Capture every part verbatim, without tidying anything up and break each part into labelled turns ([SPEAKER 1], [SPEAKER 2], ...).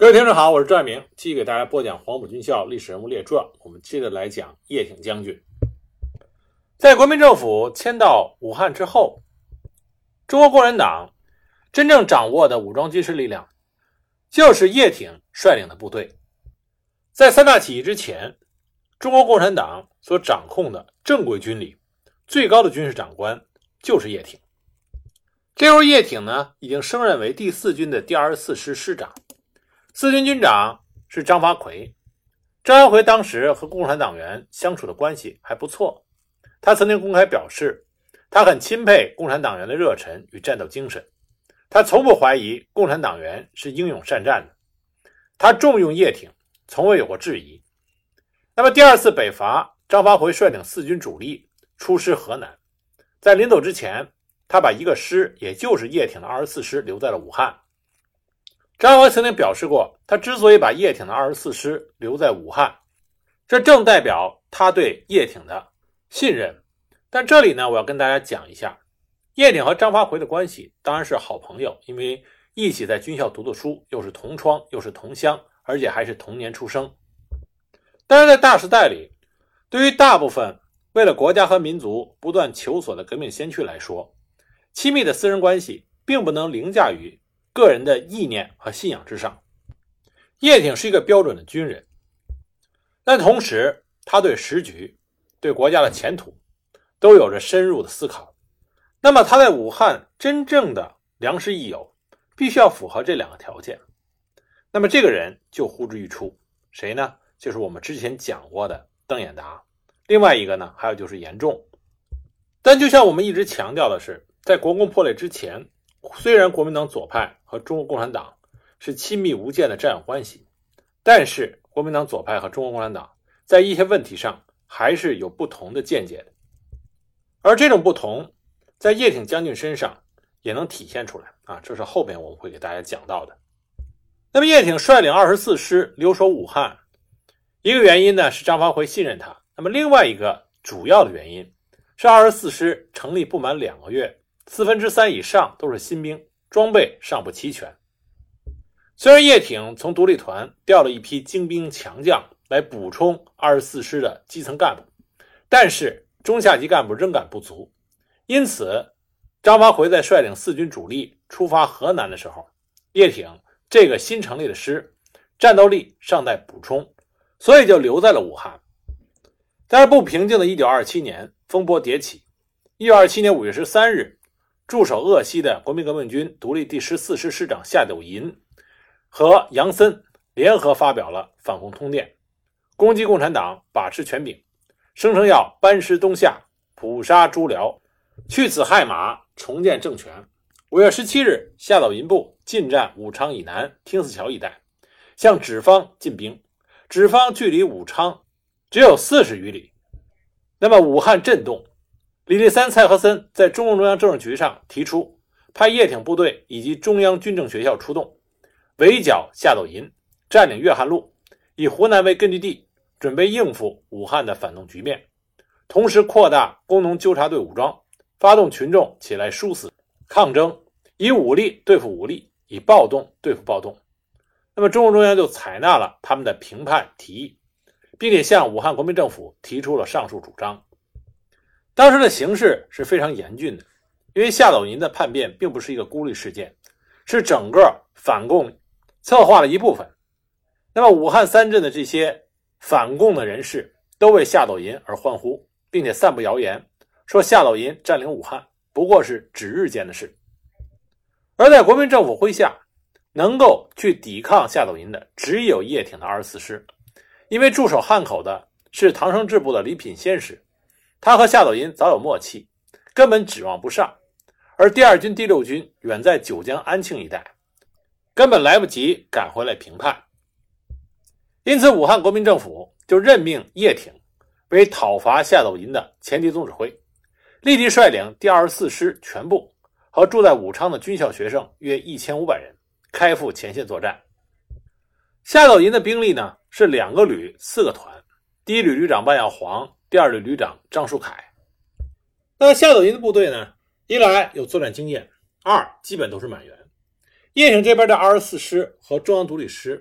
[SPEAKER 1] 各位听众好，我是赵爱明，继续给大家播讲黄埔军校历史人物列传。我们接着来讲叶挺将军。在国民政府迁到武汉之后，中国共产党真正掌握的武装军事力量就是叶挺率领的部队。在三大起义之前，中国共产党所掌控的正规军里最高的军事长官就是叶挺。这时候叶挺呢已经升任为第四军的第二十四师师长，四军军长是张发奎。张发奎当时和共产党员相处的关系还不错，他曾经公开表示他很钦佩共产党员的热忱与战斗精神，他从不怀疑共产党员是英勇善战的，他重用叶挺从未有过质疑。那么第二次北伐，张发奎率领四军主力出师河南，在临走之前，他把一个师，也就是叶挺的二十四师留在了武汉。张发奎曾经表示过，他之所以把叶挺的二十四师留在武汉，这正代表他对叶挺的信任。但这里呢，我要跟大家讲一下，叶挺和张发奎的关系当然是好朋友，因为一起在军校读的书，又是同窗，又是同乡，而且还是同年出生。但是在大时代里，对于大部分为了国家和民族不断求索的革命先驱来说，亲密的私人关系并不能凌驾于个人的意念和信仰之上。叶挺是一个标准的军人，但同时他对时局、对国家的前途都有着深入的思考。那么他在武汉真正的良师益友，必须要符合这两个条件。那么这个人就呼之欲出，谁呢？就是我们之前讲过的邓演达。另外一个呢，还有就是严仲。但就像我们一直强调的是，在国共破裂之前，虽然国民党左派和中国共产党是亲密无间的战友关系，但是国民党左派和中国共产党在一些问题上还是有不同的见解的。而这种不同在叶挺将军身上也能体现出来啊，这是后面我们会给大家讲到的。那么叶挺率领二十四师留守武汉，一个原因呢是张发奎信任他，那么另外一个主要的原因是二十四师成立不满两个月，四分之三以上都是新兵，装备尚不齐全。虽然叶挺从独立团调了一批精兵强将来补充二十四师的基层干部，但是中下级干部仍感不足，因此张发奎在率领四军主力出发河南的时候，叶挺这个新成立的师战斗力尚待补充，所以就留在了武汉。但是不平静的一九二七年风波迭起，一九二七年五月十三日，驻守鄂西的国民革命军独立第十四师师长夏斗寅和杨森联合发表了反共通电，攻击共产党，把持权柄，声称要班师东下，捕杀朱辽，去此害马，重建政权。五月十七日，夏斗寅部进占武昌以南汀泗桥一带，向芷方进兵。芷方距离武昌只有四十余里。那么武汉震动，李立三、蔡和森在中共中央政治局上提出派叶挺部队以及中央军政学校出动，围剿夏斗寅，占领粤汉路，以湖南为根据地，准备应付武汉的反动局面，同时扩大工农纠察队武装，发动群众起来殊死抗争，以武力对付武力，以暴动对付暴动。那么中共中央就采纳了他们的评判提议，并且向武汉国民政府提出了上述主张。当时的形势是非常严峻的，因为夏斗寅的叛变并不是一个孤立事件，是整个反共策划的一部分。那么武汉三镇的这些反共的人士都为夏斗寅而欢呼，并且散布谣言，说夏斗寅占领武汉不过是指日间的事。而在国民政府麾下，能够去抵抗夏斗寅的只有叶挺的二十四师，因为驻守汉口的是唐生智部的李品仙师，他和夏斗寅早有默契，根本指望不上。而第二军第六军远在九江安庆一带，根本来不及赶回来平叛。因此武汉国民政府就任命叶挺为讨伐夏斗寅的前敌总指挥，立即率领第二十四师全部和住在武昌的军校学生约一千五百人开赴前线作战。夏斗寅的兵力呢是两个旅四个团，第一旅旅长万耀煌，第二旅旅长张树凯。那么夏斗寅的部队呢，一来有作战经验，二基本都是满员。叶挺这边的二十四师和中央独立师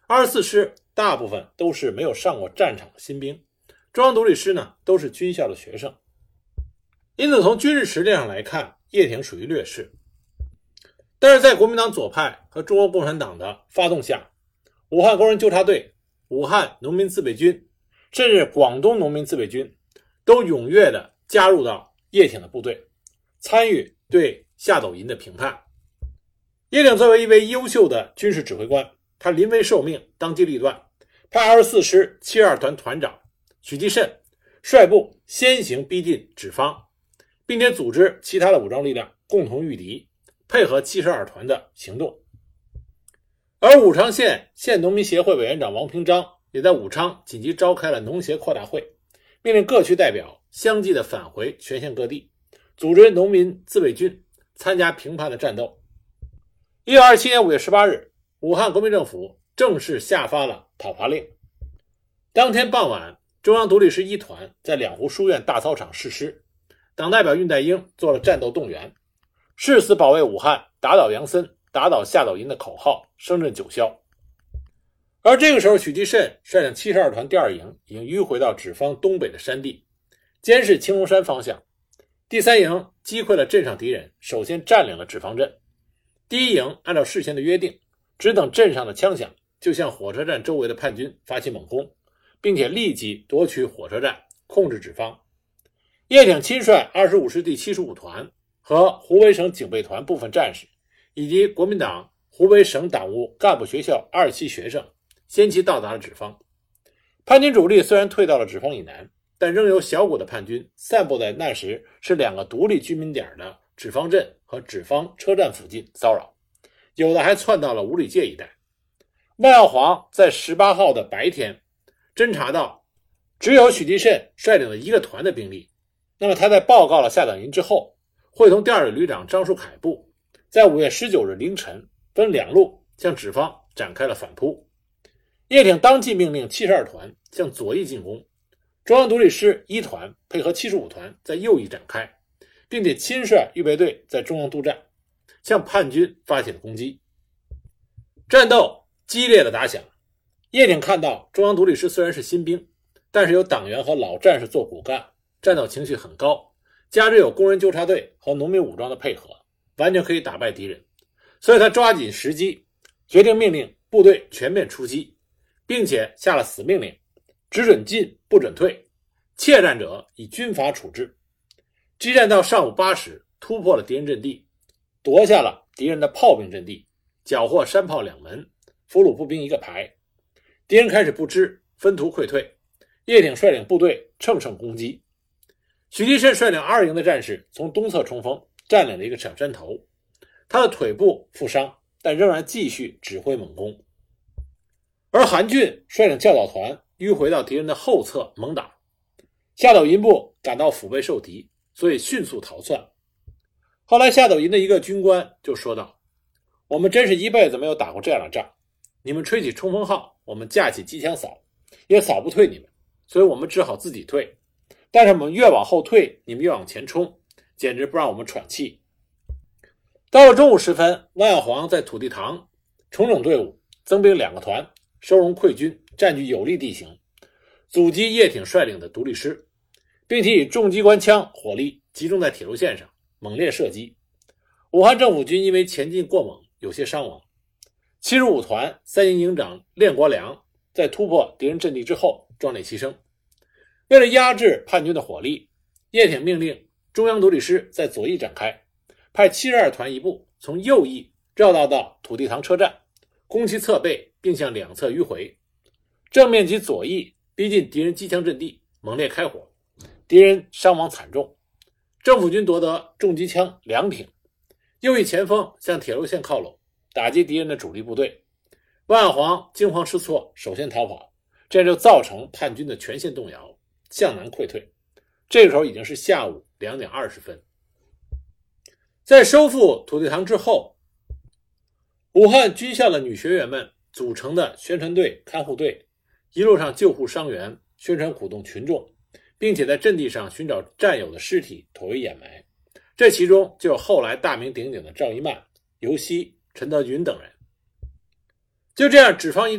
[SPEAKER 1] 二十四师大部分都是没有上过战场的新兵，中央独立师呢都是军校的学生，因此从军事实力上来看，叶挺属于劣势。但是在国民党左派和中国共产党的发动下，武汉工人纠察队、武汉农民自卫军甚至广东农民自卫军都踊跃地加入到叶挺的部队，参与对夏斗寅的平叛。叶挺作为一位优秀的军事指挥官，他临危受命，当机立断，派二十四师七十二团团长许继慎率部先行逼近芷方，并且组织其他的武装力量共同御敌，配合七十二团的行动。而武昌县县农民协会委员长王平章也在武昌紧急召开了农协扩大会，命令各区代表相继的返回全县各地，组织农民自卫军参加平叛的战斗。一九二七年五月十八日，武汉国民政府正式下发了讨伐令。当天傍晚，中央独立师一团在两湖书院大操场誓师，党代表恽代英做了战斗动员，誓死保卫武汉，打倒杨森，打倒夏斗寅的口号声震九霄。而这个时候，许继慎率领七十二团第二营已经迂回到芷方东北的山地，监视青龙山方向。第三营击溃了镇上敌人，首先占领了芷方镇。第一营按照事先的约定，只等镇上的枪响，就向火车站周围的叛军发起猛攻，并且立即夺取火车站，控制芷方。叶挺亲率二十五师第七十五团和湖北省警备团部分战士，以及国民党湖北省党务干部学校二期学生，先期到达了芷方。叛军主力虽然退到了芷方以南，但仍有小股的叛军散布在那时是两个独立居民点的芷方镇和芷方车站附近骚扰，有的还窜到了五里界一带。万耀煌在十八号的白天侦察到只有许继慎率领了一个团的兵力，那么他在报告了夏斗寅之后，会同第二旅旅长张树凯部在五月十九日凌晨分两路向芷方展开了反扑。叶挺当即命令七十二团向左翼进攻，中央独立师一团配合七十五团在右翼展开，并且亲率预备队在中央督战，向叛军发起了攻击。战斗激烈的打响，叶挺看到中央独立师虽然是新兵，但是有党员和老战士做骨干，战斗情绪很高，加之有工人纠察队和农民武装的配合，完全可以打败敌人。所以他抓紧时机，决定命令部队全面出击，并且下了死命令，只准进不准退，怯战者以军法处置。激战到上午八时，突破了敌人阵地，夺下了敌人的炮兵阵地，缴获山炮两门，俘虏步兵一个排。敌人开始不支，分途溃退。叶挺率领部队乘胜攻击。许继慎率领二营的战士从东侧冲锋，占领了一个小山头。他的腿部负伤，但仍然继续指挥猛攻。而韩俊率领教导团迂回到敌人的后侧猛打。夏斗寅部感到腹背受敌，所以迅速逃窜。后来夏斗寅的一个军官就说道，我们真是一辈子没有打过这样的仗，你们吹起冲锋号，我们架起机枪扫，也扫不退你们，所以我们只好自己退。但是我们越往后退，你们越往前冲，简直不让我们喘气。到了中午时分，万耀煌在土地塘重整队伍，增兵两个团，收容溃军，占据有利地形，阻击叶挺率领的独立师，并且以重机关枪火力集中在铁路线上，猛烈射击。武汉政府军因为前进过猛，有些伤亡。七十五团三营营长练国良在突破敌人阵地之后壮烈牺牲。为了压制叛军的火力，叶挺命令中央独立师在左翼展开，派七十二团一部从右翼绕道到土地塘车站，攻其侧背，并向两侧迂回。正面及左翼逼近敌人机枪阵地，猛烈开火，敌人伤亡惨重。政府军夺得重机枪两挺，右翼前锋向铁路线靠拢，打击敌人的主力部队。万耀煌惊慌失措，首先逃跑，这就造成叛军的全线动摇，向南溃退。这个时候已经是下午两点二十分。在收复土地塘之后，武汉军校的女学员们组成的宣传队、看护队一路上救护伤员，宣传鼓动群众，并且在阵地上寻找战友的尸体妥为掩埋。这其中就有后来大名鼎鼎的赵一曼、尤熙、陈德云等人。就这样，芷方一战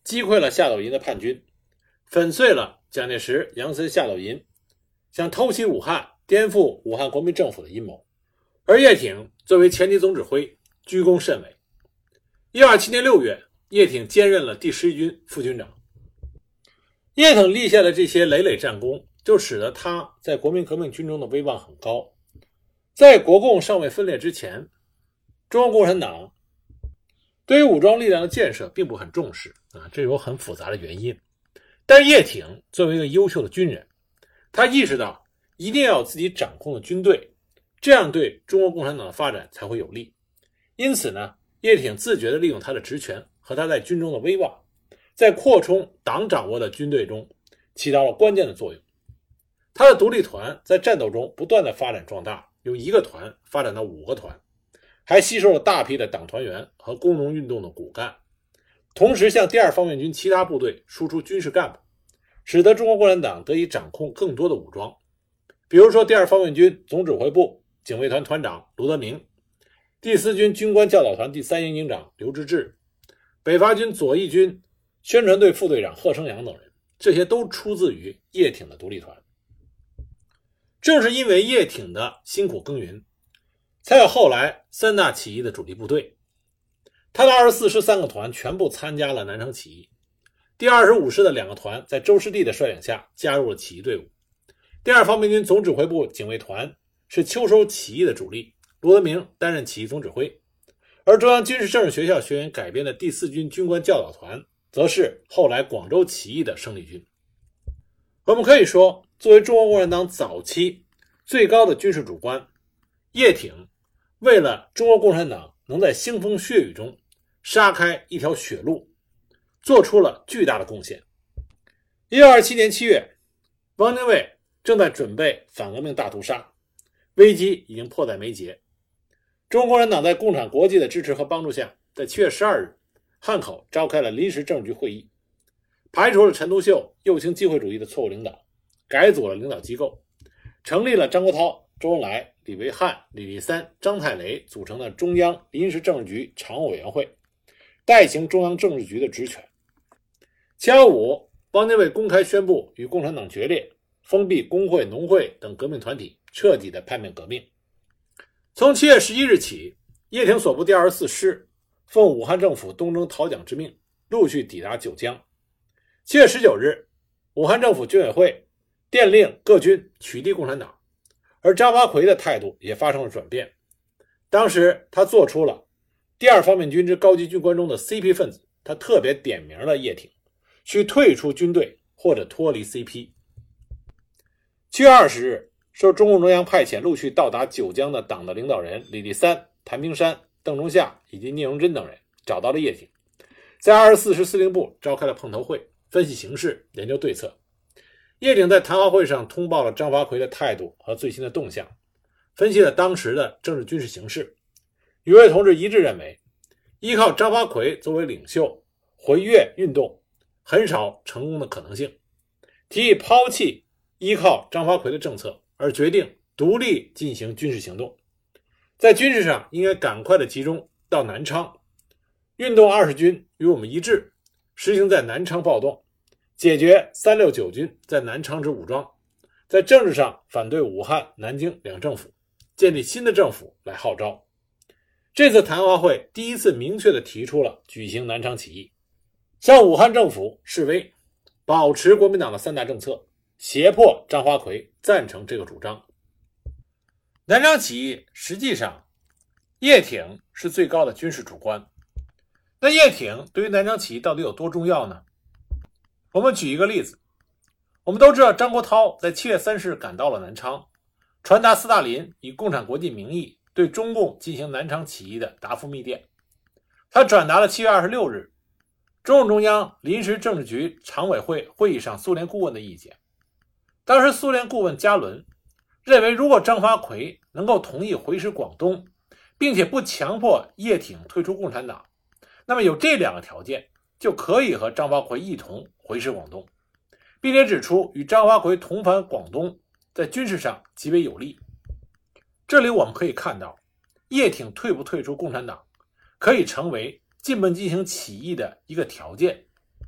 [SPEAKER 1] 击溃了夏斗寅的叛军，粉碎了蒋介石、杨森、夏斗寅想偷袭武汉、颠覆武汉国民政府的阴谋。而叶挺作为前敌总指挥，居功甚伟。一九二七年六月，叶挺兼任了第十一军副军长。叶挺立下的这些累累战功，就使得他在国民革命军中的威望很高。在国共尚未分裂之前，中国共产党对于武装力量的建设并不很重视啊，这有很复杂的原因。但是叶挺作为一个优秀的军人，他意识到一定要有自己掌控的军队，这样对中国共产党的发展才会有利。因此呢，叶挺自觉地利用他的职权和他在军中的威望，在扩充党掌握的军队中起到了关键的作用。他的独立团在战斗中不断的发展壮大，由一个团发展到五个团，还吸收了大批的党团员和工农运动的骨干，同时向第二方面军其他部队输出军事干部，使得中国共产党得以掌控更多的武装。比如说第二方面军总指挥部警卫团团长卢德铭，第四军军官教导团第三营营长刘志志，北伐军左翼军宣传队副队长贺生阳等人，这些都出自于叶挺的独立团。正是因为叶挺的辛苦耕耘，才有后来三大起义的主力部队。他的二十四师三个团全部参加了南昌起义，第二十五师的两个团在周师弟的率领下加入了起义队伍。第二方面军总指挥部警卫团是秋收起义的主力，卢德铭担任起义总指挥，而中央军事政治学校学员改编的第四军军官教导团则是后来广州起义的生力军。我们可以说，作为中国共产党早期最高的军事主官，叶挺为了中国共产党能在腥风血雨中杀开一条血路，做出了巨大的贡献。一九二七年七月，汪精卫正在准备反革命大屠杀，危机已经迫在眉睫。中国共产党在共产国际的支持和帮助下，在七月十二日，汉口召开了临时政治局会议，排除了陈独秀右倾机会主义的错误领导，改组了领导机构，成立了张国焘、周恩来、李维汉、李立三、张太雷组成的中央临时政治局常务委员会，代行中央政治局的职权。七幺五，汪精卫公开宣布与共产党决裂，封闭工会、农会等革命团体，彻底的叛变革命。从七月十一日起，叶挺所部第二十四师奉武汉政府东征讨蒋之命，陆续抵达九江。七月十九日，武汉政府军委会电令各军取缔共产党，而张发奎的态度也发生了转变。当时他做出了第二方面军之高级军官中的 C P 分子，他特别点名了叶挺，去退出军队或者脱离 C P。七月二十日，受中共中央派遣陆续到达九江的党的领导人李立三、谭平山、邓中夏以及聂荣臻等人找到了叶挺，在二十四师司令部召开了碰头会，分析形势，研究对策。叶挺在谈话会上通报了张发奎的态度和最新的动向，分析了当时的政治军事形势。与会同志一致认为，依靠张发奎作为领袖回粤运动很少成功的可能性，提议抛弃依靠张发奎的政策，而决定独立进行军事行动。在军事上应该赶快的集中到南昌，运动二十军与我们一致，实行在南昌暴动，解决三六九军在南昌之武装，在政治上反对武汉、南京两政府，建立新的政府来号召。这次谈话会第一次明确地提出了举行南昌起义，向武汉政府示威，保持国民党的三大政策，胁迫张发奎赞成这个主张。南昌起义实际上叶挺是最高的军事主官，那叶挺对于南昌起义到底有多重要呢？我们举一个例子，我们都知道张国焘在七月三十日赶到了南昌，传达斯大林以共产国际名义对中共进行南昌起义的答复密电。他转达了七月二十六日中共中央临时政治局常委会会议上苏联顾问的意见。当时苏联顾问加伦认为，如果张发奎能够同意回师广东，并且不强迫叶挺退出共产党，那么有这两个条件，就可以和张发奎一同回师广东，并且指出与张发奎同返广东在军事上极为有利。这里我们可以看到，叶挺退不退出共产党可以成为进奔进行起义的一个条件。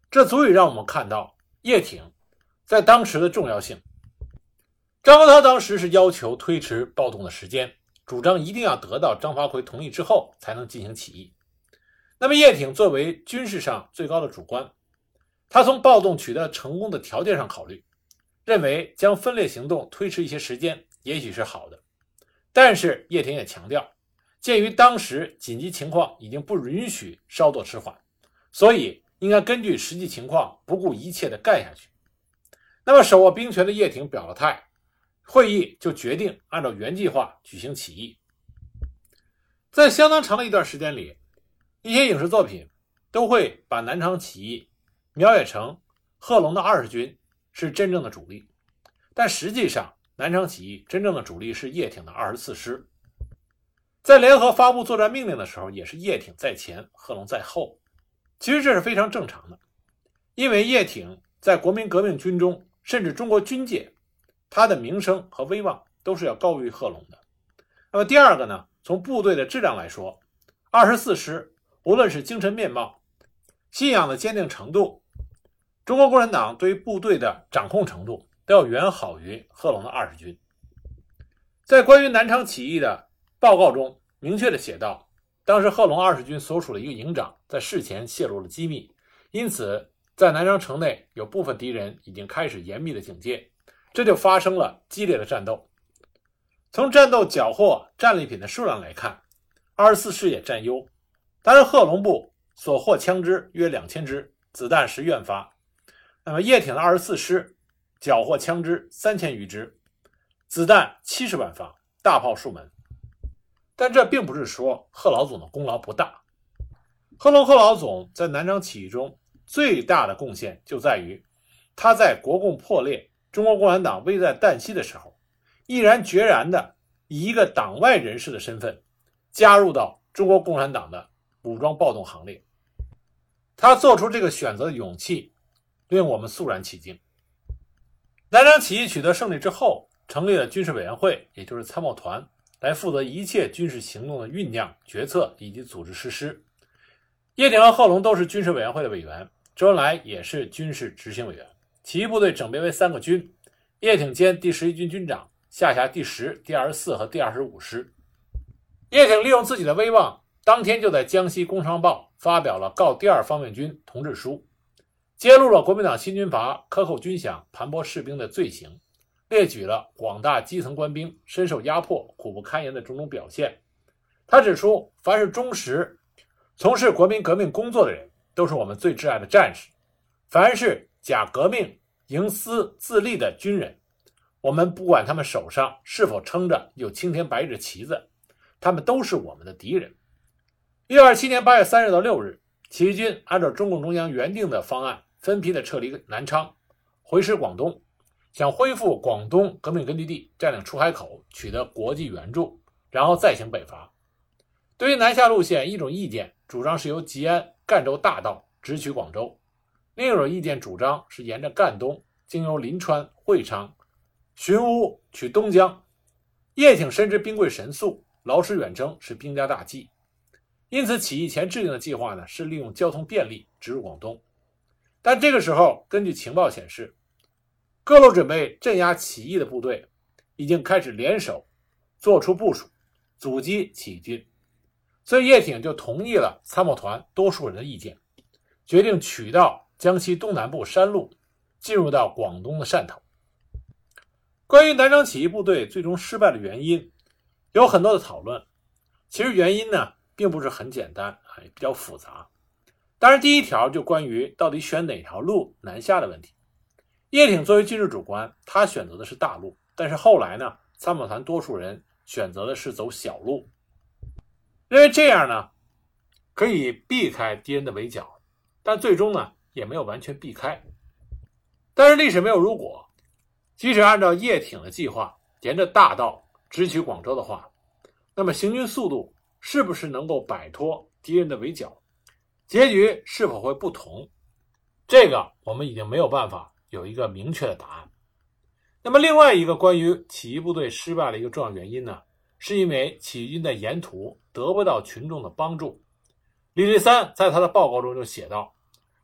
[SPEAKER 1] 这足以让我们看到叶挺在当时的重要性。张国焘当时是要求推迟暴动的时间，主张一定要得到张发奎同意之后才能进行起义。那么叶挺作为军事上最高的主官，他从暴动取得成功的条件上考虑，认为将分裂行动推迟一些时间也许是好的。但是叶挺也强调，鉴于当时紧急情况已经不允许稍作迟缓，所以应该根据实际情况不顾一切地干下去。那么手握兵权的叶挺表了态，会议就决定按照原计划举行起义。在相当长的一段时间里，一些影视作品都会把南昌起义描写成贺龙的二十军是真正的主力，但实际上南昌起义真正的主力是叶挺的二十四师。在联合发布作战命令的时候，也是叶挺在前，贺龙在后。其实这是非常正常的，因为叶挺在国民革命军中，甚至中国军界，他的名声和威望都是要高于贺龙的。那么第二个呢，从部队的质量来说，二十四师无论是精神面貌、信仰的坚定程度，中国共产党对于部队的掌控程度都要远好于贺龙的二十军。在关于南昌起义的报告中明确地写道，当时贺龙二十军所属的一个营长在事前泄露了机密，因此在南昌城内有部分敌人已经开始严密的警戒，这就发生了激烈的战斗。从战斗缴获战利品的数量来看，二十四师也占优，但是贺龙部所获枪支约两千支，子弹十愿发。那么叶挺的二十四师缴获枪支三千余支，子弹七十万发，大炮数门。但这并不是说贺老总的功劳不大。贺龙贺老总在南昌起义中最大的贡献就在于他在国共破裂、中国共产党危在旦夕的时候，毅然决然地以一个党外人士的身份加入到中国共产党的武装暴动行列。他做出这个选择的勇气令我们肃然起敬。南昌起义取得胜利之后，成立了军事委员会，也就是参谋团，来负责一切军事行动的酝酿、决策以及组织实施。叶挺和贺龙都是军事委员会的委员，周恩来也是军事执行委员。起义部队整编为三个军，叶挺兼第十一军军长，下辖第十、第二十四和第二十五师。叶挺利用自己的威望，当天就在江西工商报发表了告第二方面军同志书，揭露了国民党新军阀克扣军饷、盘剥士兵的罪行，列举了广大基层官兵深受压迫、苦不堪言的种种表现。他指出，凡是忠实从事国民革命工作的人，都是我们最挚爱的战士；凡是假革命、营私自立的军人，我们不管他们手上是否撑着有青天白日旗子，他们都是我们的敌人。一九二七年八月三日到六日，起义军按照中共中央原定的方案，分批的撤离南昌，回师广东，想恢复广东革命根据地，占领出海口，取得国际援助，然后再行北伐。对于南下路线，一种意见主张是由吉安、赣州大道直取广州，另一种意见主张是沿着赣东，经由临川、会昌、寻乌取东江。叶挺深知兵贵神速，劳师远征是兵家大忌，因此起义前制定的计划呢，是利用交通便利直入广东。但这个时候，根据情报显示，各路准备镇压起义的部队已经开始联手做出部署，阻击起义军。所以叶挺就同意了参谋团多数人的意见，决定取道江西东南部山路，进入到广东的汕头。关于南昌起义部队最终失败的原因，有很多的讨论。其实原因呢，并不是很简单，也比较复杂。当然第一条就关于到底选哪条路南下的问题。叶挺作为军事主官，他选择的是大路，但是后来呢，参谋团多数人选择的是走小路，认为这样呢可以避开敌人的围剿，但最终呢也没有完全避开。但是历史没有如果，即使按照叶挺的计划沿着大道直取广州的话，那么行军速度是不是能够摆脱敌人的围剿，结局是否会不同，这个我们已经没有办法有一个明确的答案。那么另外一个关于起义部队失败的一个重要原因呢，是因为起义军在沿途得不到群众的帮助。李立三在他的报告中就写道，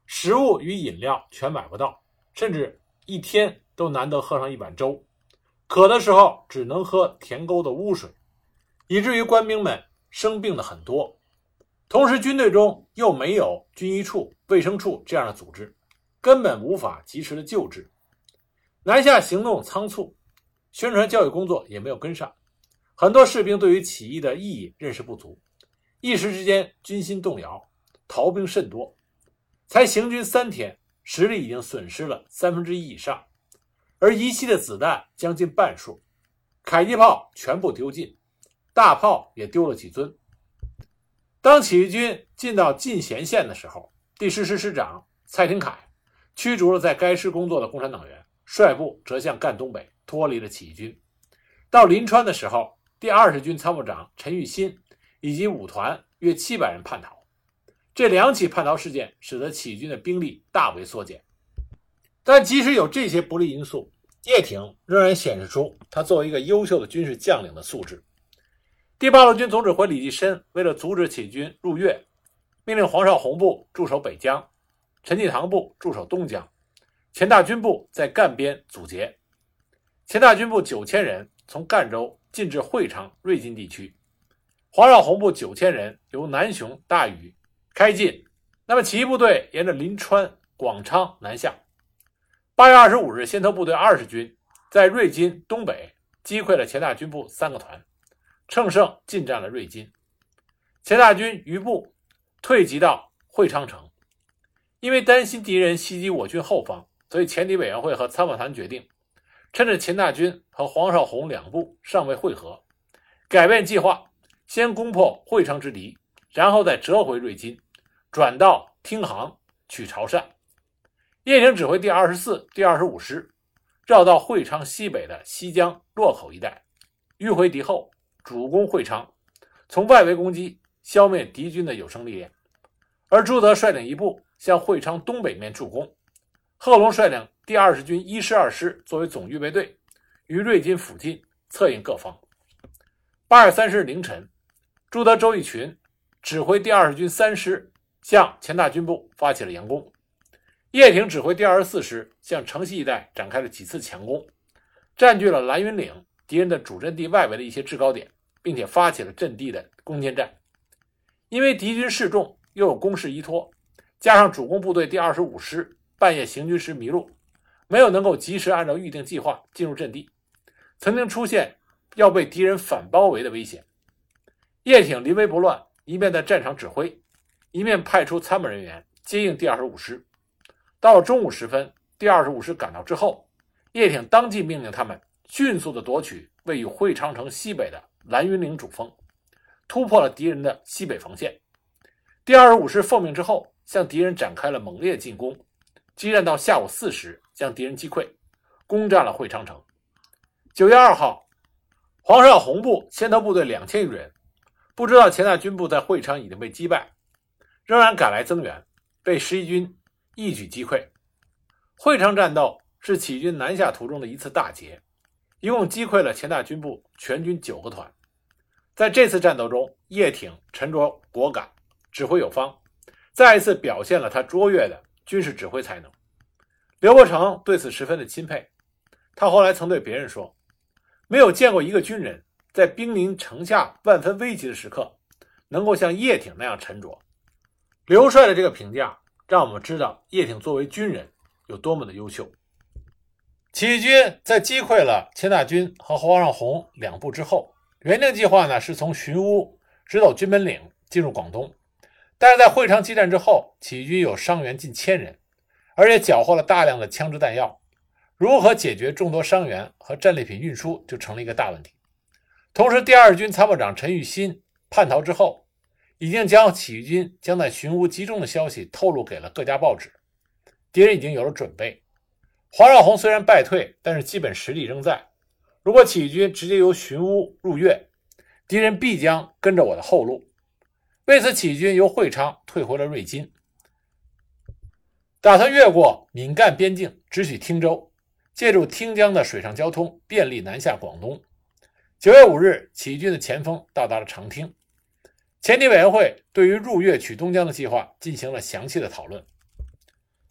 [SPEAKER 1] 食物与饮料全买不到，甚至一天都难得喝上一碗粥，渴的时候只能喝田沟的污水，以至于官兵们生病的很多。同时军队中又没有军医处、卫生处这样的组织，根本无法及时的救治。南下行动仓促，宣传教育工作也没有跟上，很多士兵对于起义的意义认识不足，一时之间军心动摇，逃兵甚多。才行军三天，实力已经损失了三分之一以上，而仪器的子弹将近半数，迫击炮全部丢尽，大炮也丢了几尊。当起义军进到进贤县的时候，第十师师长蔡廷锴驱逐了在该师工作的共产党员，率部折向赣东北，脱离了起义军。到临川的时候，第二十军参谋长陈玉新以及五团约七百人叛逃。这两起叛逃事件使得起义军的兵力大为缩减。但即使有这些不利因素，叶挺仍然显示出他作为一个优秀的军事将领的素质。第八路军总指挥李济深为了阻止起义军入粤，命令黄绍竑部驻守北疆，陈济棠部驻守东疆，钱大军部在赣边阻截。钱大军部九千人从赣州进至会昌、瑞金地区，黄绍竑部九千人由南雄、大禹开进，那么起义部队沿着临川、广昌南下。八月二十五日，先头部队二十军在瑞金东北击溃了钱大军部三个团，乘胜进占了瑞金。钱大军余部退集到会昌城。因为担心敌人袭击我军后方，所以前敌委员会和参谋团决定，趁着钱大军和黄绍竑两部尚未会合，改变计划，先攻破会昌之敌，然后再折回瑞金，转到汀杭取潮汕。叶挺指挥第二十四、第二十五师绕到会昌西北的西江洛口一带，迂回敌后，主攻会昌，从外围攻击，消灭敌军的有生力量。而朱德率领一部向会昌东北面助攻，贺龙率领第二十军一师二师作为总预备队，于瑞金附近策应各方。八月三十日凌晨，朱德、周逸群指挥第二十军三师向钱大军部发起了佯攻。叶挺指挥第二十四师向城西一带展开了几次强攻，占据了蓝云岭敌人的主阵地外围的一些制高点，并且发起了阵地的攻坚战。因为敌军势众，又有攻势依托，加上主攻部队第二十五师半夜行军时迷路，没有能够及时按照预定计划进入阵地，曾经出现要被敌人反包围的危险。叶挺临危不乱，一面在战场指挥，一面派出参谋人员接应第二十五师。到了中午时分，第二十五师赶到之后，叶挺当即命令他们迅速地夺取位于会昌城西北的蓝云岭主峰，突破了敌人的西北防线。第二十五师奉命之后，向敌人展开了猛烈进攻，激战到下午四时，将敌人击溃，攻占了会昌城。九月二号，黄绍竑部先头部队两千余人，不知道钱大军部在会昌已经被击败，仍然赶来增援，被十一军一举击溃。会昌战斗是起义军南下途中的一次大捷，一共击溃了钱大军部全军九个团。在这次战斗中，叶挺沉着果敢，指挥有方，再一次表现了他卓越的军事指挥才能。刘伯承对此十分的钦佩，他后来曾对别人说，没有见过一个军人在兵临城下万分危急的时刻能够像叶挺那样沉着。刘帅的这个评价让我们知道叶挺作为军人有多么的优秀。起义军在击溃了钱大军和黄绍竑两部之后，原定计划呢是从寻乌直捣军门岭进入广东，但是在会昌激战之后，起义军有伤员近千人，而且缴获了大量的枪支弹药，如何解决众多伤员和战利品运输就成了一个大问题。同时，第二军参谋长陈玉新叛逃之后，已经将起义军将在寻乌集中的消息透露给了各家报纸，敌人已经有了准备。黄绍竑虽然败退，但是基本实力仍在。如果起义军直接由寻乌入粤，敌人必将跟着我的后路。为此，起义军由会昌退回了瑞金，打算越过闽赣边境直取汀州，借助汀江的水上交通便利南下广东。九月五日，起义军的前锋到达了长汀。前敌委员会对于入粤取东江的计划进行了详细的讨论。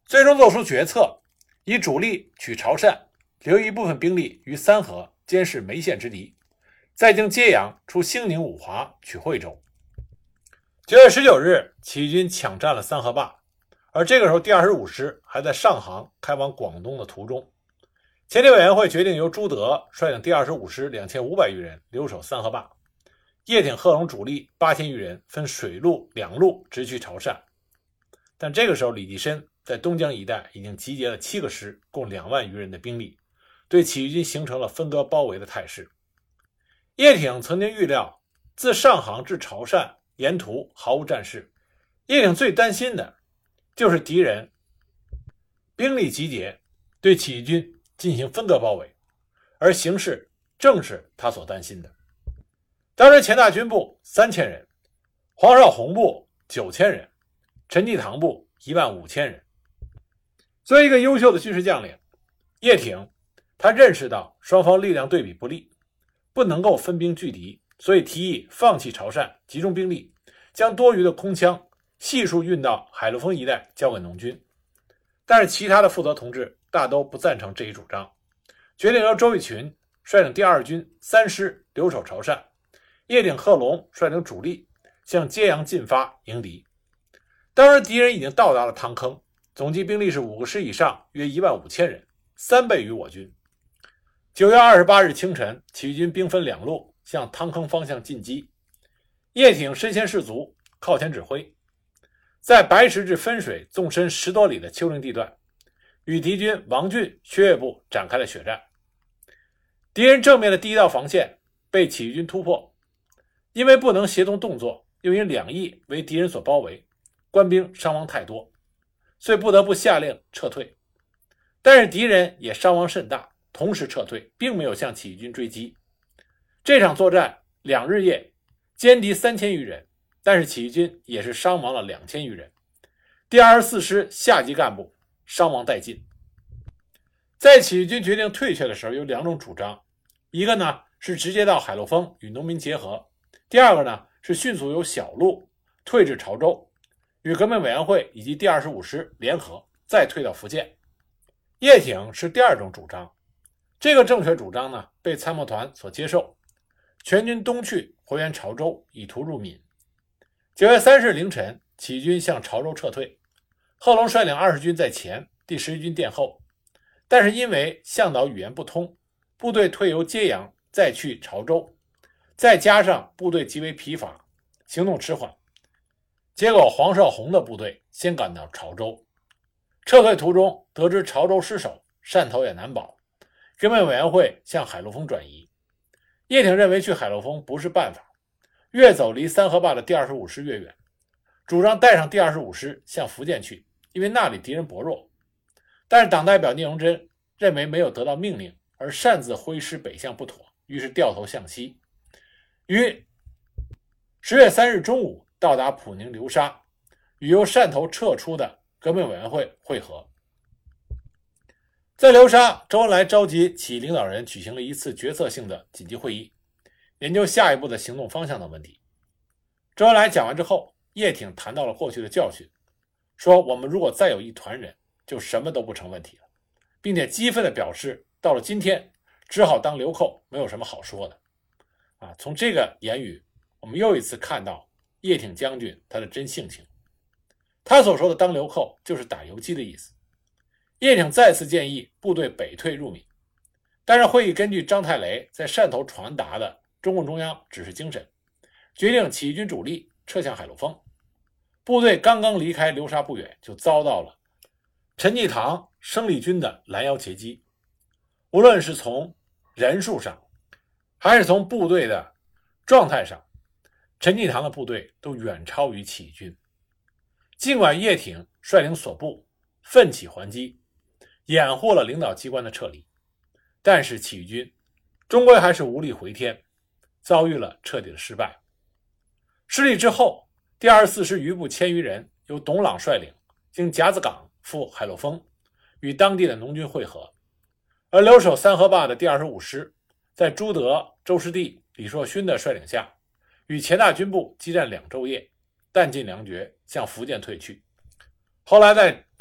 [SPEAKER 1] 最终做出决策，以主力取潮汕，留一部分兵力于三河监视梅县之敌，再经揭阳出兴宁五华取惠州。九月十九日，起义军抢占了三河坝，而这个时候第二十五师还在上杭开往广东的途中。前敌委员会决定由朱德率领第二十五师两千五百余人留守三河坝，叶挺、贺龙主力八千余人分水陆两路直取潮汕。但这个时候李济深在东江一带已经集结了七个师，共两万余人的兵力，对起义军形成了分割包围的态势。叶挺曾经预料自上杭至潮汕沿途毫无战事，叶挺最担心的就是敌人兵力集结对起义军进行分割包围，而形势正是他所担心的。当时钱大军部三千人，黄绍竑部九千人，陈济棠部一万五千人。作为一个优秀的军事将领，叶挺他认识到双方力量对比不利，不能够分兵拒敌，所以提议放弃潮汕，集中兵力，将多余的空枪悉数运到海陆丰一带交给农军。但是其他的负责同志大都不赞成这一主张，决定由周逸群率领第二军三师留守潮汕，叶挺、贺龙率领主力向揭阳进发迎敌。当时敌人已经到达了汤坑，总计兵力是五个师以上，约一万五千人，三倍于我军。九月二十八日清晨，起义军兵分两路向汤坑方向进击，叶挺身先士卒，靠前指挥，在白石至分水纵深十多里的丘陵地段，与敌军王俊、薛岳部展开了血战。敌人正面的第一道防线被起义军突破，因为不能协同动作，又因两翼为敌人所包围，官兵伤亡太多，所以不得不下令撤退。但是敌人也伤亡甚大，同时撤退，并没有向起义军追击。这场作战两日夜，歼敌三千余人，但是起义军也是伤亡了两千余人。第二十四师下级干部伤亡殆尽。在起义军决定退却的时候，有两种主张，一个呢是直接到海陆丰与农民结合，第二个呢是迅速由小路退至潮州，与革命委员会以及第二十五师联合，再退到福建。叶挺是第二种主张，这个正确主张呢被参谋团所接受，全军东去，回援潮州，以图入闽。九月三日凌晨，起义军向潮州撤退，贺龙率领二十军在前，第十一军殿后。但是因为向导语言不通，部队退由揭阳再去潮州，再加上部队极为疲乏，行动迟缓，结果黄绍竑的部队先赶到潮州。撤退途中得知潮州失守，汕头也难保，革命委员会向海陆丰转移。叶挺认为去海陆丰不是办法，越走离三河坝的第二十五师越远，主张带上第二十五师向福建去，因为那里敌人薄弱。但是党代表聂荣臻认为没有得到命令，而擅自挥师北向不妥，于是掉头向西，于十月三日中午到达普宁流沙，与由汕头撤出的革命委员会会合。在流沙，周恩来召集起义领导人举行了一次决策性的紧急会议，研究下一步的行动方向等问题。周恩来讲完之后，叶挺谈到了过去的教训，说我们如果再有一团人，就什么都不成问题了，并且激愤地表示到了今天只好当流寇，没有什么好说的。啊，从这个言语我们又一次看到叶挺将军他的真性情。他所说的当流寇就是打游击的意思。叶挺再次建议部队北退入闽，但是会议根据张太雷在汕头传达的中共中央指示精神，决定起义军主力撤向海陆丰。部队刚刚离开流沙不远，就遭到了陈济棠生力军的拦腰截击。无论是从人数上还是从部队的状态上，陈济棠的部队都远超于起义军。尽管叶挺率领所部奋起还击，掩护了领导机关的撤离，但是起义军终归还是无力回天，遭遇了彻底的失败。失利之后，第二十四师余部千余人由董朗率领，经甲子港赴海陆丰，与当地的农军会合。而留守三河坝的第二十五师在朱德、周士第、李硕勋的率领下，与钱大军部激战两昼夜，弹尽粮绝，向福建退去。后来在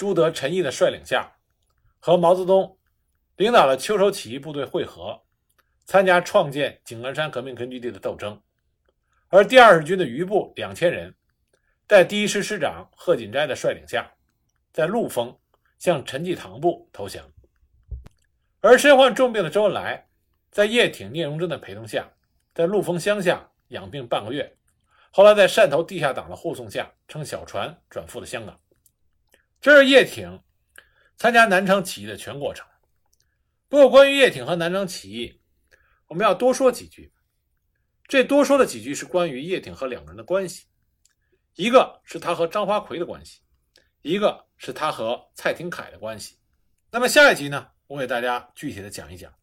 [SPEAKER 1] 朱德、陈毅的率领下，和毛泽东领导了秋收起义部队会合，参加创建井冈山革命根据地的斗争。而第二十军的余部两千人，在第一师师长贺锦斋的率领下，在陆丰向陈济棠部投降。而身患重病的周恩来，在叶挺、聂荣臻的陪同下，在陆丰乡下养病半个月，后来在汕头地下党的护送下，乘小船转赴了香港。这是叶挺参加南昌起义的全过程。不过关于叶挺和南昌起义，我们要多说几句。这多说的几句是关于叶挺和两个人的关系，一个是他和张华奎的关系，一个是他和蔡廷锴的关系。那么下一集呢，我给大家具体的讲一讲